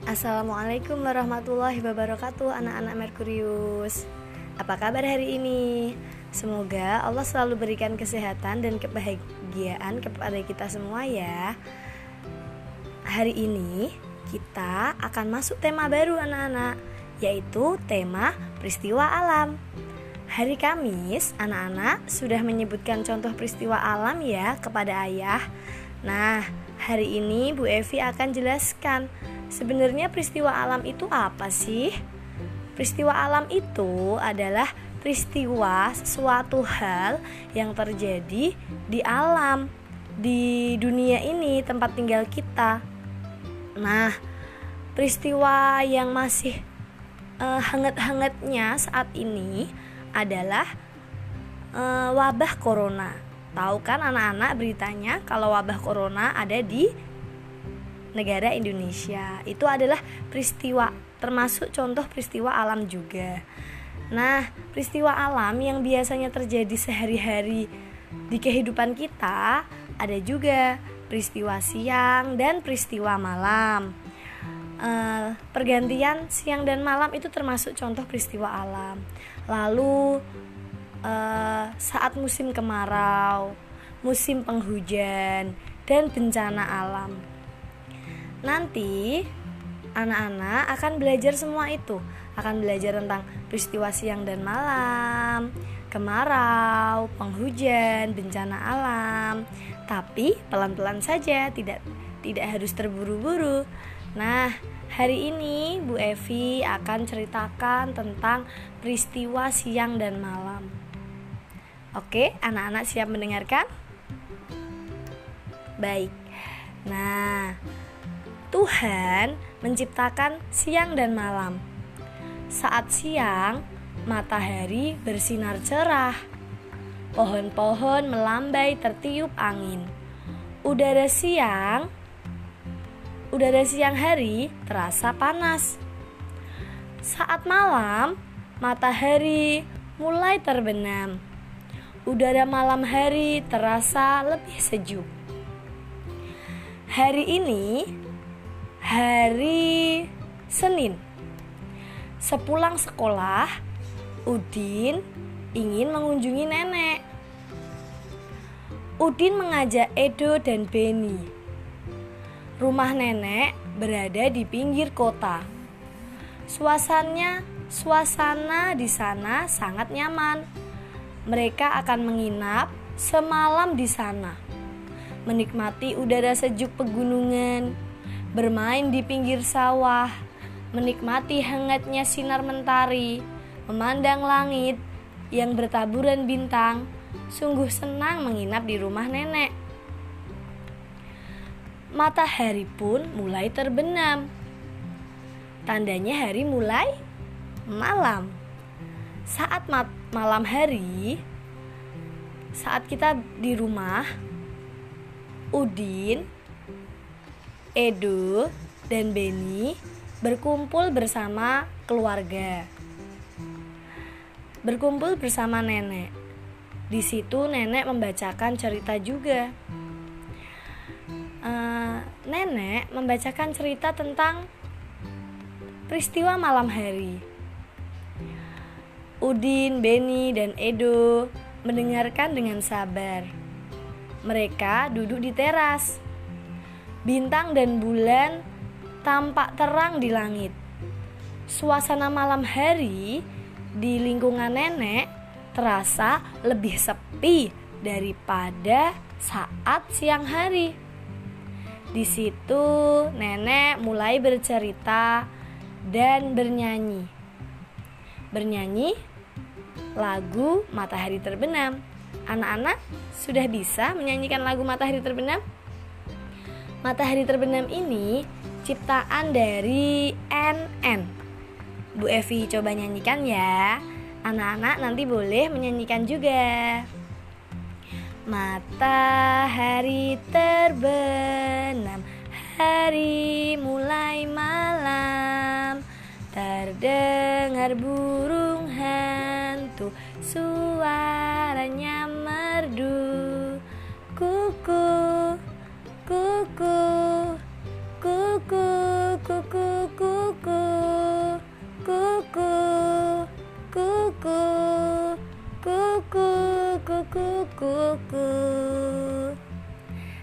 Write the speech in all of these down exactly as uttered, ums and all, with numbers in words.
Assalamualaikum warahmatullahi wabarakatuh, anak-anak Merkurius. Apa kabar hari ini? Semoga Allah selalu berikan kesehatan dan kebahagiaan kepada kita semua ya. Hari ini kita akan masuk tema baru anak-anak, yaitu tema peristiwa alam. Hari Kamis, anak-anak sudah menyebutkan contoh peristiwa alam ya kepada ayah. Nah, hari ini Bu Evi akan jelaskan sebenarnya peristiwa alam itu apa sih? Peristiwa alam itu adalah peristiwa suatu hal yang terjadi di alam, di dunia ini, tempat tinggal kita. Nah, peristiwa yang masih uh, hangat-hangatnya saat ini adalah uh, wabah corona. Tahu kan anak-anak beritanya kalau wabah corona ada di negara Indonesia. Itu adalah peristiwa, termasuk contoh peristiwa alam juga. Nah, peristiwa alam yang biasanya terjadi sehari-hari di kehidupan kita ada juga peristiwa siang dan peristiwa malam. e, Pergantian siang dan malam itu termasuk contoh peristiwa alam. Lalu e, saat musim kemarau, musim penghujan, dan bencana alam. Nanti anak-anak akan belajar semua itu. Akan belajar tentang peristiwa siang dan malam, kemarau, penghujan, bencana alam. Tapi pelan-pelan saja, tidak tidak harus terburu-buru. Nah, hari ini Bu Evi akan ceritakan tentang peristiwa siang dan malam. Oke, anak-anak siap mendengarkan? Baik. Nah, Tuhan menciptakan siang dan malam. Saat siang, matahari bersinar cerah. Pohon-pohon melambai tertiup angin. Udara siang, udara siang hari terasa panas. Saat malam, matahari mulai terbenam. Udara malam hari terasa lebih sejuk. Hari ini hari Senin. Sepulang sekolah, Udin ingin mengunjungi nenek. Udin mengajak Edo dan Beni. Rumah nenek berada di pinggir kota. Suasananya, suasana di sana sangat nyaman. Mereka akan menginap semalam di sana, menikmati udara sejuk pegunungan, bermain di pinggir sawah, menikmati hangatnya sinar mentari, memandang langit yang bertaburan bintang. Sungguh senang menginap di rumah nenek. Matahari pun mulai terbenam. Tandanya hari mulai malam. Saat mat- malam hari, saat kita di rumah, Udin, Edo, dan Beni berkumpul bersama keluarga. Berkumpul bersama nenek. Di situ nenek membacakan cerita juga. Uh, nenek membacakan cerita tentang peristiwa malam hari. Udin, Beni, dan Edo mendengarkan dengan sabar. Mereka duduk di teras. Bintang dan bulan tampak terang di langit. Suasana malam hari di lingkungan nenek terasa lebih sepi daripada saat siang hari. Di situ nenek mulai bercerita dan bernyanyi. Bernyanyi lagu Matahari Terbenam. Anak-anak sudah bisa menyanyikan lagu Matahari Terbenam? Matahari Terbenam ini ciptaan dari N N. Bu Evi coba nyanyikan ya. Anak-anak nanti boleh menyanyikan juga. Matahari terbenam, hari mulai malam. Terdengar burung hantu, suaranya merdu. Kuku, kuku, kuku, kuku, kuku.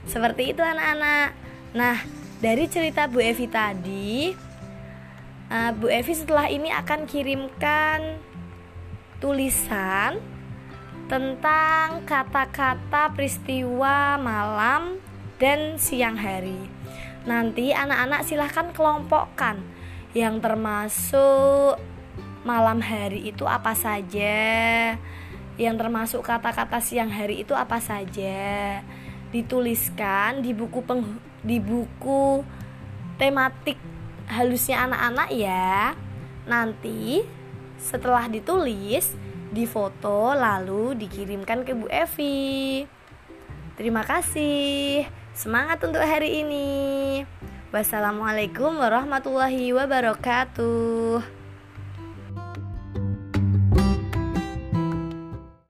Seperti itu anak-anak. Nah, dari cerita Bu Evi tadi, uh, Bu Evi setelah ini akan kirimkan tulisan tentang kata-kata peristiwa malam dan siang hari. Nanti anak-anak silahkan kelompokkan yang termasuk malam hari itu apa saja, yang termasuk kata-kata siang hari itu apa saja. Dituliskan di buku peng, di buku tematik halusnya anak-anak ya. Nanti setelah ditulis, difoto lalu dikirimkan ke Bu Evi. Terima kasih. Semangat untuk hari ini. Wassalamualaikum warahmatullahi wabarakatuh.